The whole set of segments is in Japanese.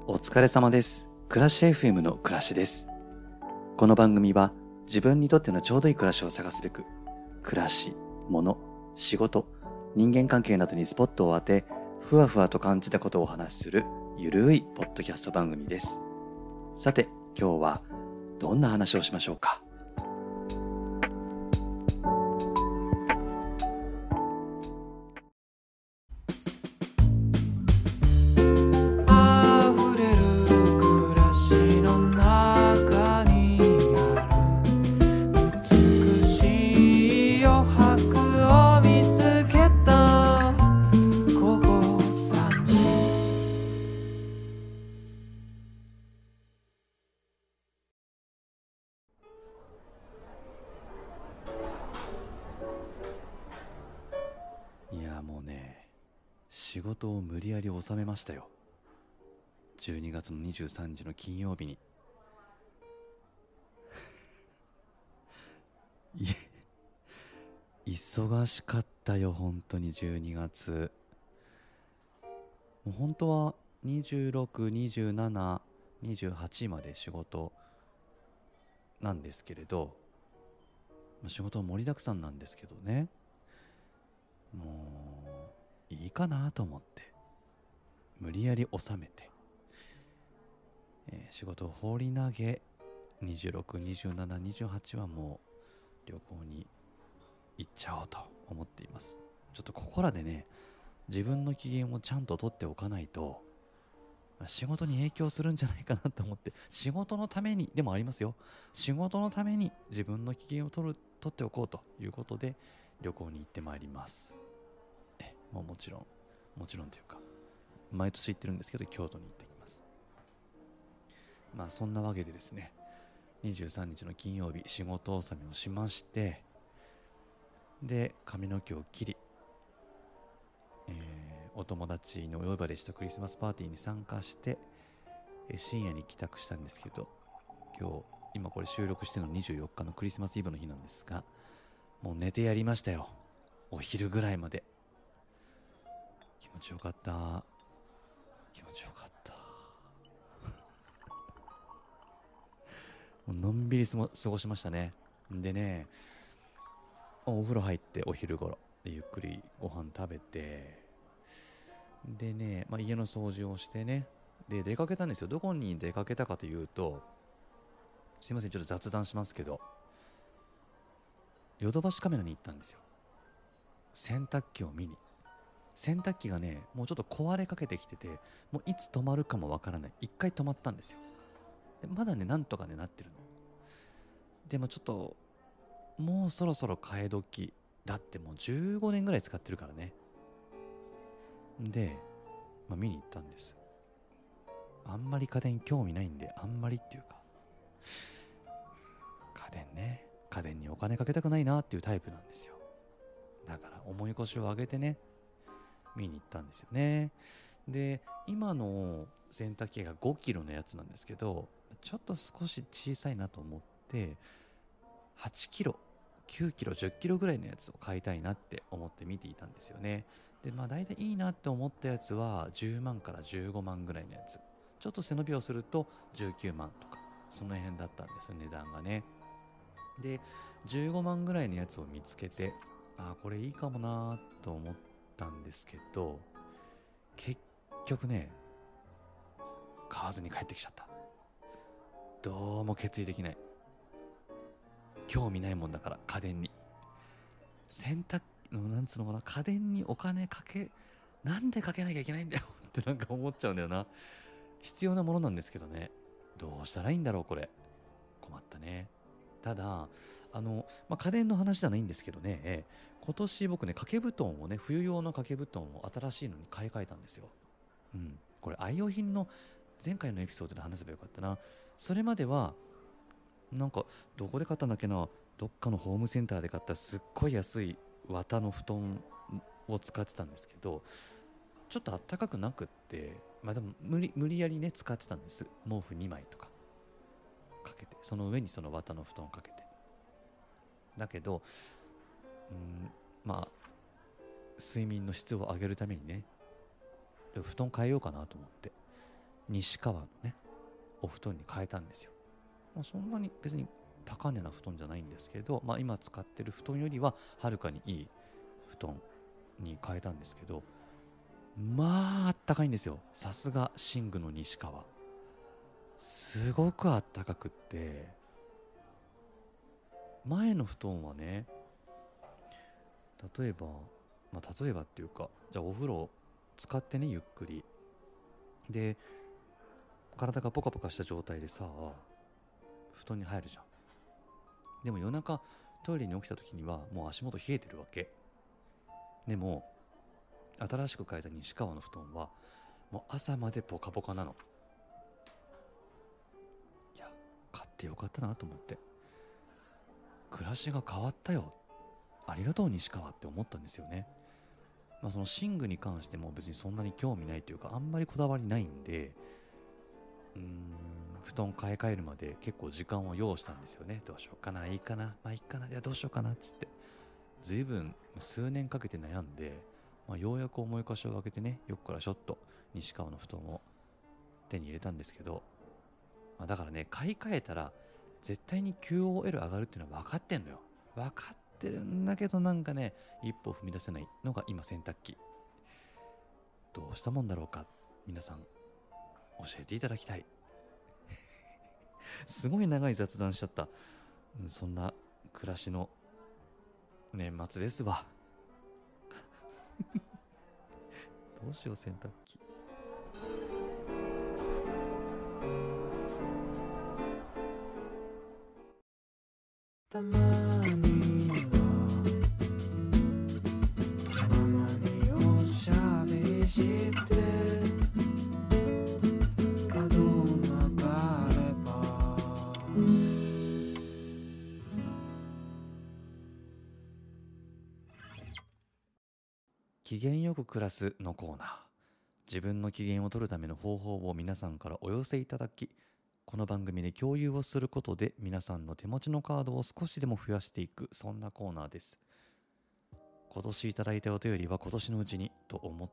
お疲れ様です。暮らし FM の暮らしです。この番組は自分にとってのちょうどいい暮らしを探すべく、暮らし、物、仕事、人間関係などにスポットを当て、ふわふわと感じたことをお話しするゆるいポッドキャスト番組です。さて、今日はどんな話をしましょうか。いやもうね、仕事を無理やり収めましたよ。12月の23日の金曜日に忙しかったよ本当に。12月もう本当は26、27、28まで仕事なんですけれど、仕事は盛りだくさんなんですけどね、もういいかなと思って無理やり収めて、仕事を放り投げ、26、27、28はもう旅行に行っちゃおうと思っています。ちょっとここらでね、自分の機嫌をちゃんと取っておかないと仕事に影響するんじゃないかなと思って、仕事のためにでもありますよ。仕事のために自分の機嫌を取っておこうということで旅行に行ってまいります。もちろんというか毎年行ってるんですけど、京都に行ってきます。そんなわけでですね、23日の金曜日仕事納めをしまして、で髪の毛を切り、お友達のお呼ばれしたクリスマスパーティーに参加して、深夜に帰宅したんですけど、今これ収録しての24日のクリスマスイブの日なんですが、もう寝てやりましたよ。お昼ぐらいまで。気持ちよかった。もうのんびり過ごしましたね。でね、お風呂入ってお昼頃でゆっくりご飯食べて、でね、家の掃除をしてね、で出かけたんですよ。どこに出かけたかというと、すいませんちょっと雑談しますけど、ヨドバシカメラに行ったんですよ。洗濯機を見に。洗濯機がね、もうちょっと壊れかけてきてて、もういつ止まるかもわからない。一回止まったんですよ。でまだね、なんとかねなってるの。でもちょっともうそろそろ替え時だって、もう15年ぐらい使ってるからね。で、見に行ったんです。あんまり家電興味ないんで、あんまりっていうか、家電にお金かけたくないなっていうタイプなんですよ。だから重い腰を上げてね、見に行ったんですよね。で、今の洗濯機が5キロのやつなんですけど、ちょっと少し小さいなと思って8キロ、9キロ、10キロぐらいのやつを買いたいなって思って見ていたんですよね。で、大体いいなって思ったやつは10万から15万ぐらいのやつ、ちょっと背伸びをすると19万とか、その辺だったんですよ、値段がね。で、15万ぐらいのやつを見つけて、これいいかもなと思ったんですけど、結局ね、買わずに帰ってきちゃった。どうも決意できない。興味ないもんだから、家電に。洗濯なんつうのかな、家電にお金なんでかけなきゃいけないんだよってなんか思っちゃうんだよな。必要なものなんですけどね。どうしたらいいんだろうこれ。困ったね。ただ家電の話じゃないんですけどね、今年僕ね、掛け布団をね、冬用の掛け布団を新しいのに買い替えたんですよ。これ愛用品の前回のエピソードで話せばよかったな。それまではなんかどこで買ったんだっけな、どっかのホームセンターで買ったすっごい安い綿の布団を使ってたんですけど、ちょっとあったかくなくって、でも無理やりね使ってたんです。毛布2枚とかかけて、その上にその綿の布団かけて。だけど睡眠の質を上げるためにね、布団変えようかなと思って、 西川のねお布団に変えたんですよ。そんなに別に高値な布団じゃないんですけど、今使ってる布団よりははるかにいい布団に変えたんですけど、あったかいんですよ。さすが寝具の西川、すごくあったかくって、前の布団はね、例えばっていうか、じゃあお風呂使ってね、ゆっくりで体がポカポカした状態でさ、布団に入るじゃん。でも夜中トイレに起きた時にはもう足元冷えてるわけ。でも新しく変えた西川の布団はもう朝までポカポカなの。いや、買ってよかったなと思って、暮らしが変わったよ、ありがとう西川って思ったんですよね。その寝具に関しても別にそんなに興味ないというか、あんまりこだわりないんで、布団買い替えるまで結構時間を要したんですよね。どうしようかな、いいかな、いいかな、いやどうしようかなっつって随分数年かけて悩んで、ようやく重い腰を上げてね、よくからしょっと西川の布団を手に入れたんですけど、だからね、買い替えたら絶対に QOL 上がるっていうのは分かってんのよ。分かってるんだけど、なんかね、一歩踏み出せないのが今洗濯機。どうしたもんだろうか、皆さん教えていただきたい。すごい長い雑談しちゃった。そんな暮らしの年末ですわ。どうしよう、洗濯機。 たまにはたまにおしゃべりして角曲がれば機嫌よく暮らすのコーナー。自分の機嫌を取るための方法を皆さんからお寄せいただき、この番組で共有をすることで皆さんの手持ちのカードを少しでも増やしていく、そんなコーナーです。今年いただいたお便りは今年のうちにと思って、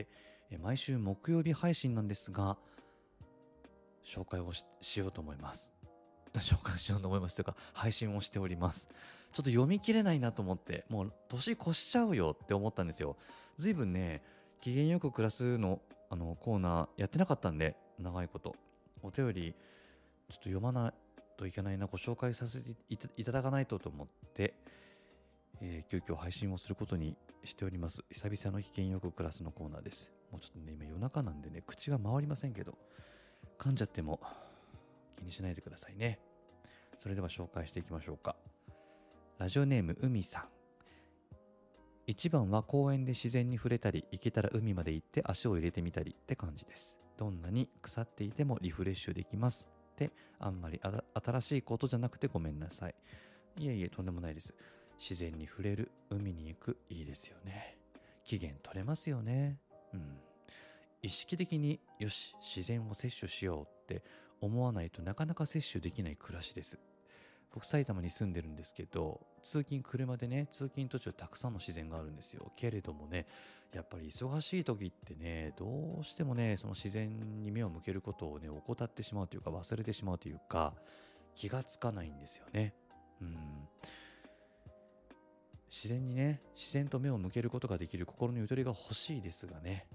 毎週木曜日配信なんですが、紹介を しようと思います。紹介しようと思いますというか、配信をしております。ちょっと読み切れないなと思って、もう年越しちゃうよって思ったんですよ。ずいぶんね、機嫌よく暮らすのコーナーやってなかったんで、長いことお便りちょっと読まないといけないな、ご紹介させていただかないとと思って、急遽配信をすることにしております。久々の機嫌よく暮らすのコーナーです。もうちょっとね、今夜中なんでね、口が回りませんけど、噛んじゃっても気にしないでくださいね。それでは紹介していきましょうか。ラジオネーム海さん。一番は公園で自然に触れたり、行けたら海まで行って足を入れてみたりって感じです。どんなに腐っていてもリフレッシュできますって、あんまり新しいことじゃなくてごめんなさい。いえいえ、とんでもないです。自然に触れる、海に行く、いいですよね。機嫌取れますよね。意識的によし自然を摂取しようって思わないとなかなか摂取できない暮らしです。僕埼玉に住んでるんですけど、通勤車でね、通勤途中たくさんの自然があるんですよ。けれどもね、やっぱり忙しい時ってね、どうしてもね、その自然に目を向けることをね、怠ってしまうというか、忘れてしまうというか、気がつかないんですよね。自然にね、自然と目を向けることができる心のゆとりが欲しいですがね。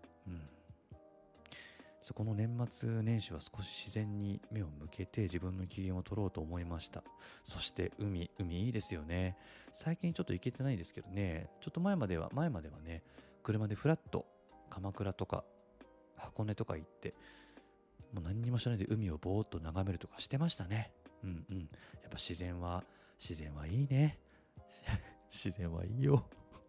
そこの年末年始は少し自然に目を向けて自分の機嫌を取ろうと思いました。そして海いいですよね。最近ちょっと行けてないですけどね、ちょっと前まではね、車でフラッと鎌倉とか箱根とか行って、もう何にもしないで海をぼーっと眺めるとかしてましたね。やっぱ自然はいいね。自然はいいよ。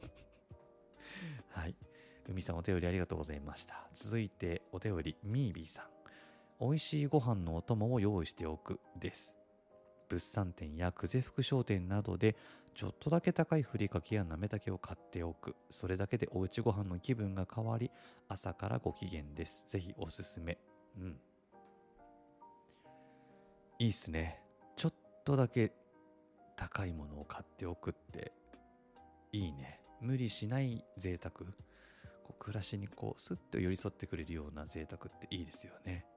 はい。海さん、お便りありがとうございました。続いてお便りミービーさん。美味しいご飯のお供を用意しておくです。物産展や久世福商店などでちょっとだけ高いふりかけやなめたけを買っておく。それだけでおうちご飯の気分が変わり、朝からご機嫌です。ぜひおすすめ。いいっすね。ちょっとだけ高いものを買っておくっていいね。無理しない贅沢、暮らしにスッと寄り添ってくれるような贅沢っていいですよね。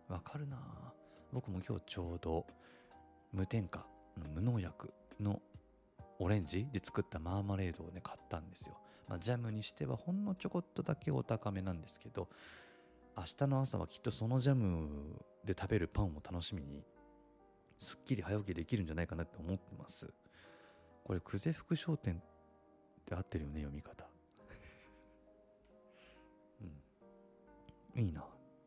わかるな。僕も今日ちょうど無添加無農薬のオレンジで作ったマーマレードをね買ったんですよ。ジャムにしてはほんのちょこっとだけお高めなんですけど、明日の朝はきっとそのジャムで食べるパンを楽しみにすっきり早起きできるんじゃないかなって思ってます。これ久世福商店って合ってるよね、読み方。いいな。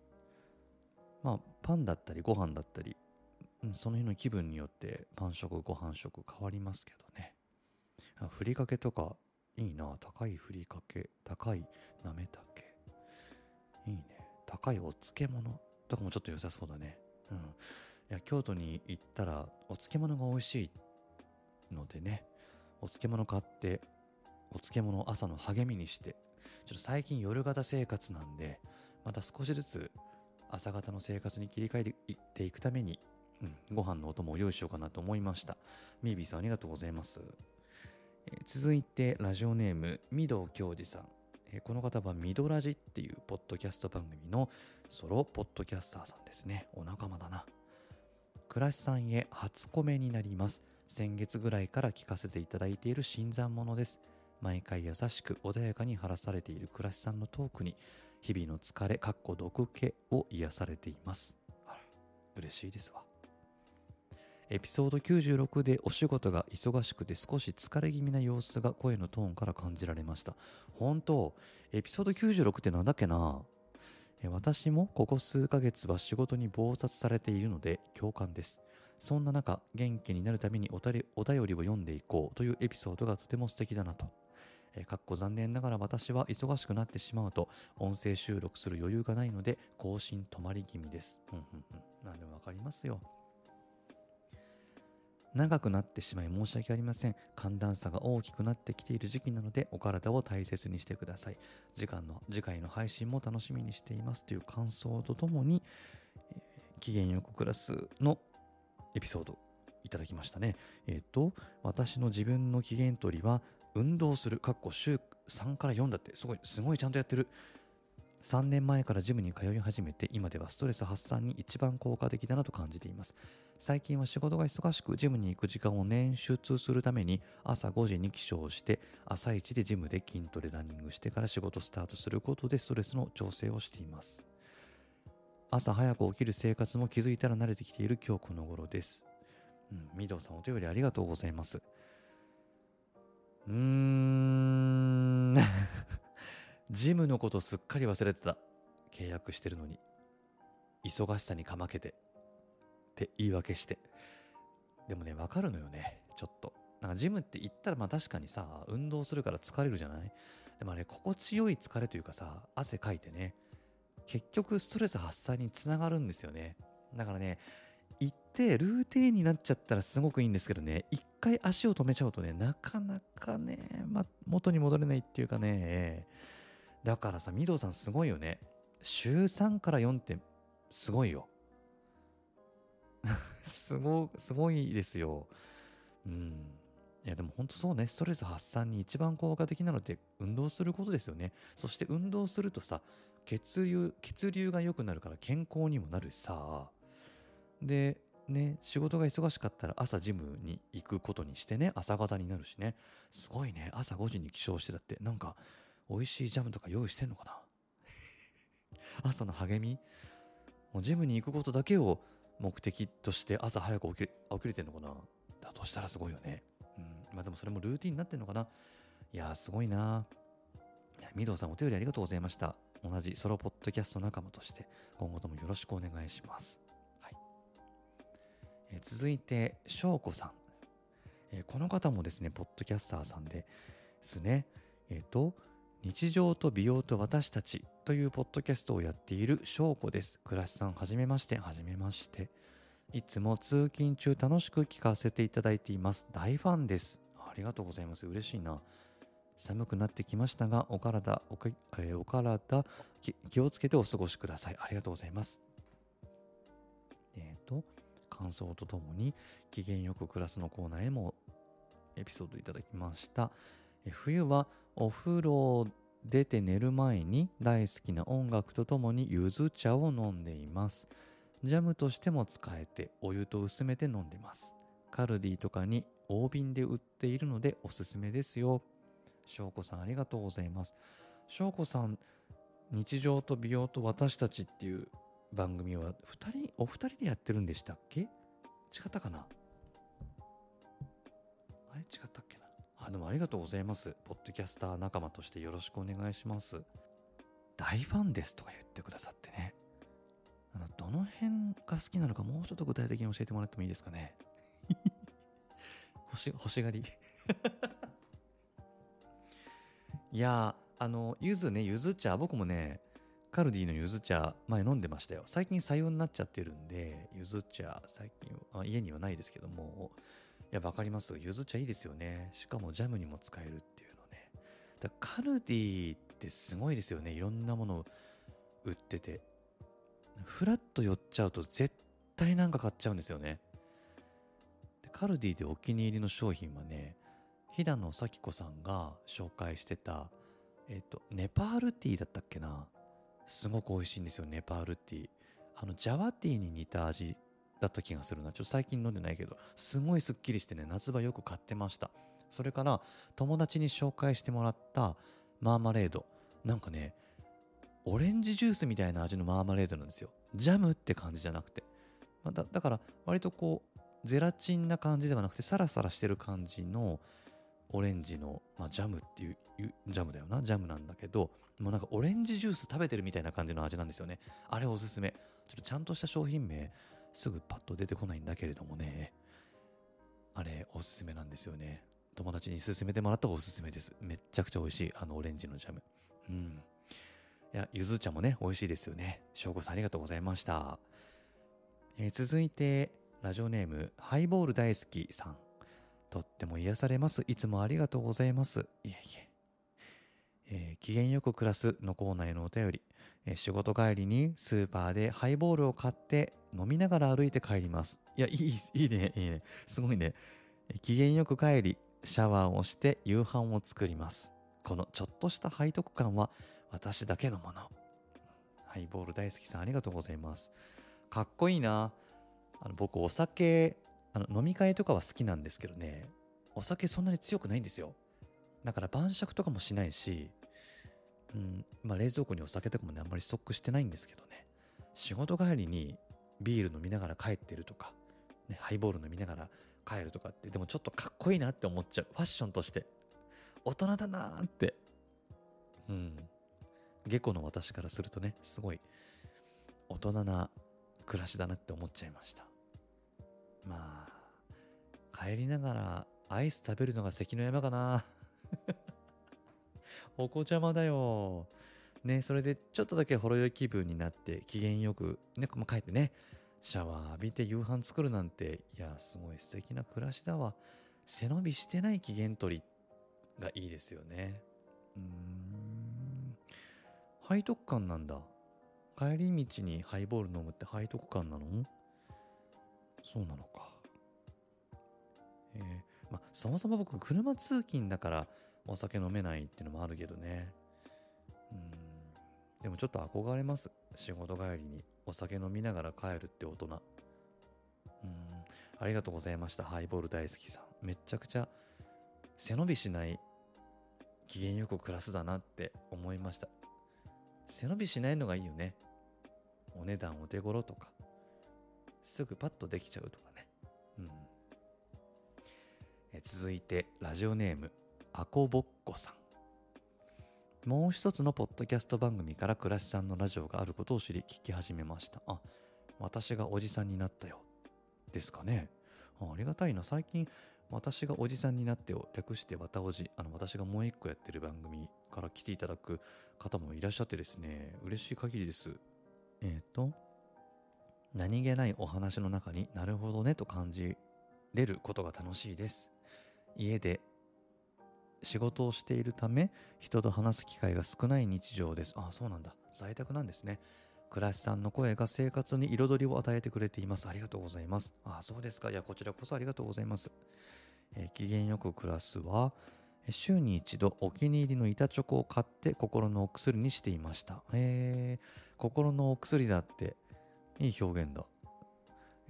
パンだったりご飯だったり、その日の気分によってパン食ご飯食変わりますけどね。ふりかけとかいいな。高いふりかけ、高いなめたけ、いいね。高いお漬物とかもちょっと良さそうだね。いや、京都に行ったらお漬物が美味しいのでね、お漬物買ってお漬物を朝の励みにして、ちょっと最近夜型生活なんで、また少しずつ朝型の生活に切り替えていくために、ご飯のお供を用意しようかなと思いました。ミービーさんありがとうございます。続いてラジオネーム御堂教授さん。この方はミドラジっていうポッドキャスト番組のソロポッドキャスターさんですね。お仲間だな。倉石さんへ初コメになります。先月ぐらいから聞かせていただいている新参者です。毎回優しく穏やかに話されている倉石さんのトークに日々の疲れ毒気を癒されています。嬉しいですわ。エピソード96でお仕事が忙しくて少し疲れ気味な様子が声のトーンから感じられました。本当、エピソード96ってなんだっけな。私もここ数ヶ月は仕事に忙殺されているので共感です。そんな中、元気になるためにお便りを読んでいこうというエピソードがとても素敵だなと。残念ながら私は忙しくなってしまうと音声収録する余裕がないので更新止まり気味です。なんでもわかりますよ。長くなってしまい申し訳ありません。寒暖差が大きくなってきている時期なのでお体を大切にしてください。次回の配信も楽しみにしていますという感想とともに、機嫌よく暮らすのエピソードいただきましたね。私の自分の機嫌取りは運動する週3から4だって、すごいちゃんとやってる。3年前からジムに通い始めて、今ではストレス発散に一番効果的だなと感じています。最近は仕事が忙しく、ジムに行く時間を捻出するために朝5時に起床して、朝一でジムで筋トレランニングしてから仕事スタートすることでストレスの調整をしています。朝早く起きる生活も気づいたら慣れてきている今日この頃です。御堂さんお便りありがとうございます。ジムのことすっかり忘れてた。契約してるのに忙しさにかまけてって言い訳して。でもね、わかるのよね。ちょっとなんかジムって言ったら確かにさ、運動するから疲れるじゃない。でも心地よい疲れというかさ、汗かいてね、結局ストレス発散につながるんですよね。だからね、行ってルーティーンになっちゃったらすごくいいんですけどね、一回足を止めちゃうとね、なかなかね、元に戻れないっていうかね。だからさ、御堂さんすごいよね。週3から4ってすごいよ。すごいですよ。いやでも本当そうね、ストレス発散に一番効果的なのって運動することですよね。そして運動するとさ、血流が良くなるから健康にもなるしさ。でね、仕事が忙しかったら朝ジムに行くことにしてね、朝方になるしね。すごいね、朝5時に起床してだって、なんか美味しいジャムとか用意してんのかな。朝の励み、もうジムに行くことだけを目的として朝早く起きれてんのかな。だとしたらすごいよね。でもそれもルーティンになってんのかな。いやーすごいな。御堂さんお手寄りありがとうございました。同じソロポッドキャスト仲間として今後ともよろしくお願いします。続いて翔子さん、この方もですねポッドキャスターさんですね。日常と美容と私たちというポッドキャストをやっている翔子です。倉石さんはじめまして。いつも通勤中楽しく聞かせていただいています。大ファンです。ありがとうございます。嬉しいな。寒くなってきましたがお体気をつけてお過ごしください。ありがとうございます。感想とともに機嫌よく暮らすのコーナーへもエピソードいただきました。冬はお風呂出て寝る前に大好きな音楽とともにゆず茶を飲んでいます。 ジャムとしても使えてお湯と薄めて飲んでます。カルディとかに大瓶で売っているのでおすすめですよ。翔子さんありがとうございます。翔子さん、日常と美容と私たちっていう番組はお二人でやってるんでしたっけ？違ったかな？あれ違ったっけな。でもありがとうございます。ポッドキャスター仲間としてよろしくお願いします。大ファンですとか言ってくださってね。どの辺が好きなのかもうちょっと具体的に教えてもらってもいいですかね。欲しがり。いやゆずね、ゆず茶、僕もね、カルディのゆず茶前飲んでましたよ。最近採用になっちゃってるんで、ゆず茶最近家にはないですけども、いや、わかります。ゆず茶いいですよね。しかもジャムにも使えるっていうのね。だからカルディってすごいですよね。いろんなもの売ってて。フラッと寄っちゃうと絶対なんか買っちゃうんですよね。でカルディでお気に入りの商品はね、平野咲子さんが紹介してた、ネパールティーだったっけな。すごく美味しいんですよ、ネパールティー。ジャワティーに似た味だった気がするな。ちょっと最近飲んでないけど、すごいすっきりしてね、夏場よく買ってました。それから友達に紹介してもらったマーマレード。なんかね、オレンジジュースみたいな味のマーマレードなんですよ。ジャムって感じじゃなくて。だから割とこう、ゼラチンな感じではなくて、サラサラしてる感じのオレンジの、ジャムっていうジャムだよな。ジャムなんだけど、もうなんかオレンジジュース食べてるみたいな感じの味なんですよね。あれおすすめ。ちょっとちゃんとした商品名、すぐパッと出てこないんだけれどもね。あれおすすめなんですよね。友達に勧めてもらったおすすめです。めっちゃくちゃ美味しい。オレンジのジャム。うん。いや、ゆず茶もね、美味しいですよね。翔子さんありがとうございました。続いて、ラジオネーム、ハイボール大好きさん。とっても癒されます。いつもありがとうございます。いえいえ。機嫌よく暮らすのコーナーへのお便り。仕事帰りにスーパーでハイボールを買って飲みながら歩いて帰ります。いや、いいね、いいね。すごいね。機嫌よく帰り、シャワーをして夕飯を作ります。このちょっとした背徳感は私だけのもの。ハイボール大好きさんありがとうございます。かっこいいな。僕お酒、飲み会とかは好きなんですけどね、お酒そんなに強くないんですよ。だから晩酌とかもしないし、冷蔵庫にお酒とかもね、あんまりストックしてないんですけどね、仕事帰りにビール飲みながら帰ってるとか、ね、ハイボール飲みながら帰るとかって、でもちょっとかっこいいなって思っちゃう。ファッションとして。大人だなーって。下戸の私からするとね、すごい大人な暮らしだなって思っちゃいました。帰りながらアイス食べるのが関の山かな。お子ちゃまだよ。ね、それでちょっとだけほろ酔い気分になって機嫌よく、ね、帰ってね、シャワー浴びて夕飯作るなんて、いや、すごい素敵な暮らしだわ。背伸びしてない機嫌取りがいいですよね。背徳感なんだ。帰り道にハイボール飲むって背徳感なの？そうなのか。そもそも僕車通勤だからお酒飲めないっていうのもあるけどね。でもちょっと憧れます。仕事帰りにお酒飲みながら帰るって大人。ありがとうございました。ハイボール大好きさん。めちゃくちゃ背伸びしない機嫌よく暮らすだなって思いました。背伸びしないのがいいよね。お値段お手頃とか、すぐパッとできちゃうとかね。続いてラジオネームアコボッコさん。もう一つのポッドキャスト番組から倉石さんのラジオがあることを知り聞き始めました。私がおじさんになったよですかね。ありがたいな。最近私がおじさんになってを略してわたおじ、私がもう一個やってる番組から来ていただく方もいらっしゃってですね、嬉しい限りです。何気ないお話の中になるほどねと感じれることが楽しいです。家で仕事をしているため人と話す機会が少ない日常です。そうなんだ。在宅なんですね。倉石さんの声が生活に彩りを与えてくれています。ありがとうございます。そうですか。いや、こちらこそありがとうございます。機嫌よく暮らすは週に一度お気に入りの板チョコを買って心のお薬にしていました。心のお薬だっていい表現だ。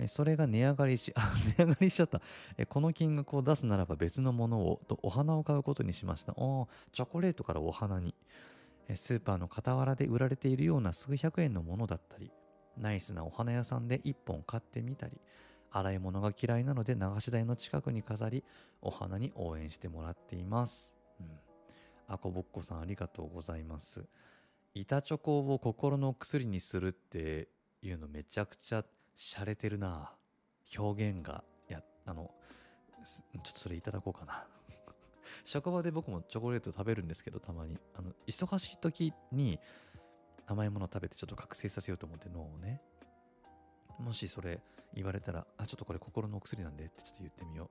それが値上がりし、値上がりしちゃった。この金額を出すならば別のものをとお花を買うことにしました。チョコレートからお花に。スーパーの傍らで売られているような数百円のものだったり、ナイスなお花屋さんで1本買ってみたり、洗い物が嫌いなので流し台の近くに飾り、お花に応援してもらっています。あこぼっこさんありがとうございます。板チョコを心の薬にするっていうのめちゃくちゃ洒落てるな。表現がちょっとそれいただこうかな。職場で僕もチョコレート食べるんですけど、たまに忙しい時に甘いものを食べてちょっと覚醒させようと思って脳をね、もしそれ言われたら、ちょっとこれ心のお薬なんでってちょっと言ってみよ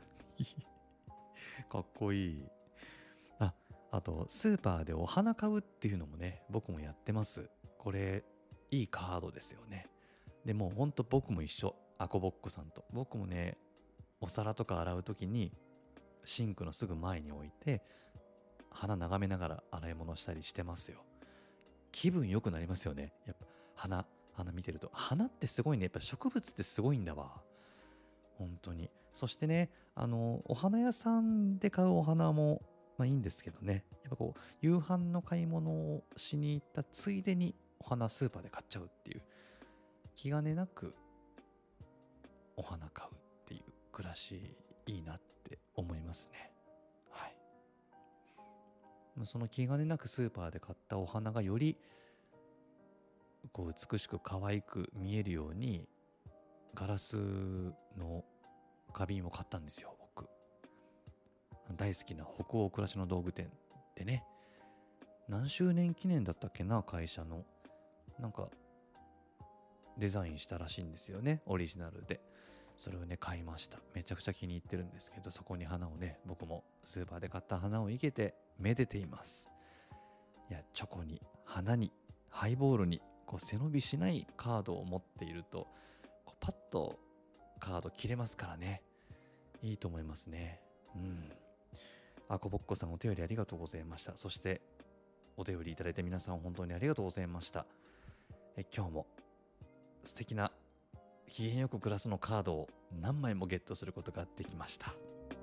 う。かっこいい。あとスーパーでお花買うっていうのもね、僕もやってます。これいいカードですよね。でもほんと僕も一緒、あこぼっこさんと。僕もね、お皿とか洗う時にシンクのすぐ前に置いて花眺めながら洗い物したりしてますよ。気分良くなりますよね。やっぱ花見てると。花ってすごいね。やっぱ植物ってすごいんだわ。本当に。そしてね、お花屋さんで買うお花もいいんですけどね。やっぱこう、夕飯の買い物をしに行ったついでにお花スーパーで買っちゃうっていう。気兼ねなくお花買うっていう暮らしいいなって思いますね。はい。その気兼ねなくスーパーで買ったお花がよりこう美しく可愛く見えるようにガラスの花瓶を買ったんですよ、僕。大好きな北欧暮らしの道具店でね、何周年記念だったっけな、会社のなんかデザインしたらしいんですよね、オリジナルで。それをね買いました。めちゃくちゃ気に入ってるんですけど、そこに花をね、僕もスーパーで買った花を生けてめでています。いや、チョコに花にハイボールにこう背伸びしないカードを持っていると、こうパッとカード切れますからね、いいと思いますね。あこぼっこさん、お手寄りありがとうございました。そしてお手寄りいただいた皆さん、本当にありがとうございました。今日も素敵な機嫌よく暮らすのカードを何枚もゲットすることができました。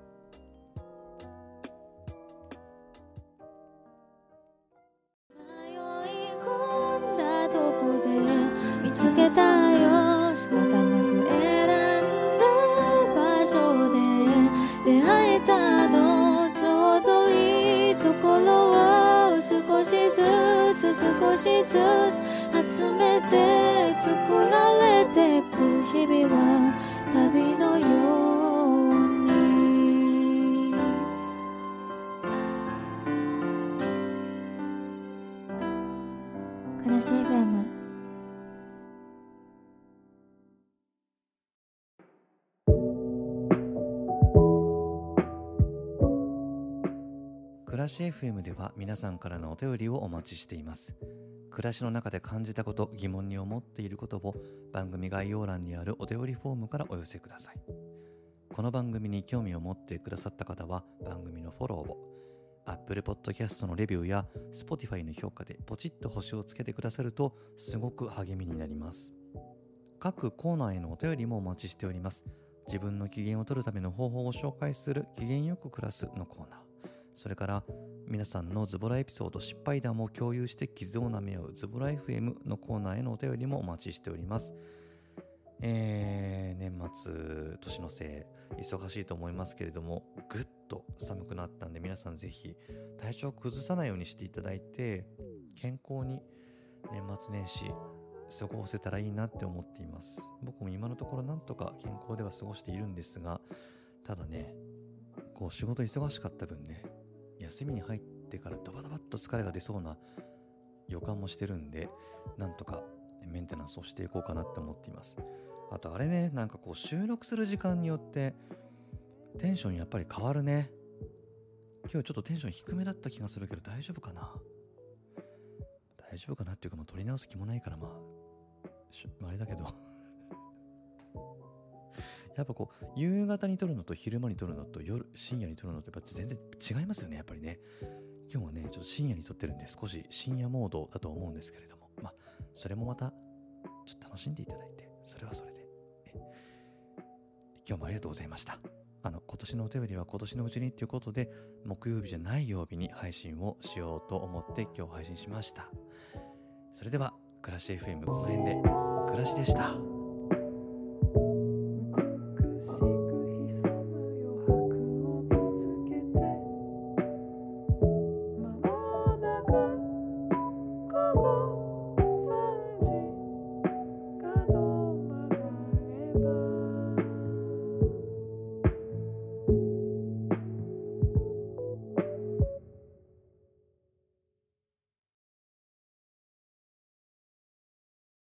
迷い込んだとこで見つけたよ、仕方なく選んだ場所で出会えたの、ちょうどいいところを少しずつ集めて作られてく日々は旅のように。暮らし FM。 暮らし FM では皆さんからのお便りをお待ちしています。暮らしの中で感じたこと、疑問に思っていることを番組概要欄にあるお便りフォームからお寄せください。この番組に興味を持ってくださった方は番組のフォローを、Apple Podcast のレビューや Spotify の評価でポチッと星をつけてくださるとすごく励みになります。各コーナーへのお便りもお待ちしております。自分の機嫌を取るための方法を紹介する機嫌よく暮らすのコーナー、それから皆さんのズボラエピソード、失敗談を共有して傷を舐め合うズボラ FM のコーナーへのお便りもお待ちしております。年末年のせい忙しいと思いますけれども、ぐっと寒くなったんで、皆さんぜひ体調を崩さないようにしていただいて、健康に年末年始過ごせたらいいなって思っています。僕も今のところなんとか健康では過ごしているんですが、ただね、こう仕事忙しかった分ね、休みに入ってからドバドバっと疲れが出そうな予感もしてるんで、なんとかメンテナンスをしていこうかなって思っています。あとあれね、なんかこう収録する時間によってテンションやっぱり変わるね。今日ちょっとテンション低めだった気がするけど大丈夫かな。大丈夫かなっていうか、撮り直す気もないからあれだけどやっぱこう夕方に撮るのと昼間に撮るのと深夜に撮るのとやっぱ全然違いますよね、やっぱりね。今日はねちょっと深夜に撮ってるんで少し深夜モードだと思うんですけれども、それもまたちょっと楽しんでいただいて、それはそれで今日もありがとうございました。今年のお便りは今年のうちにということで、木曜日じゃない曜日に配信をしようと思って今日配信しました。それでは暮らし FM この辺で、暮らしでした。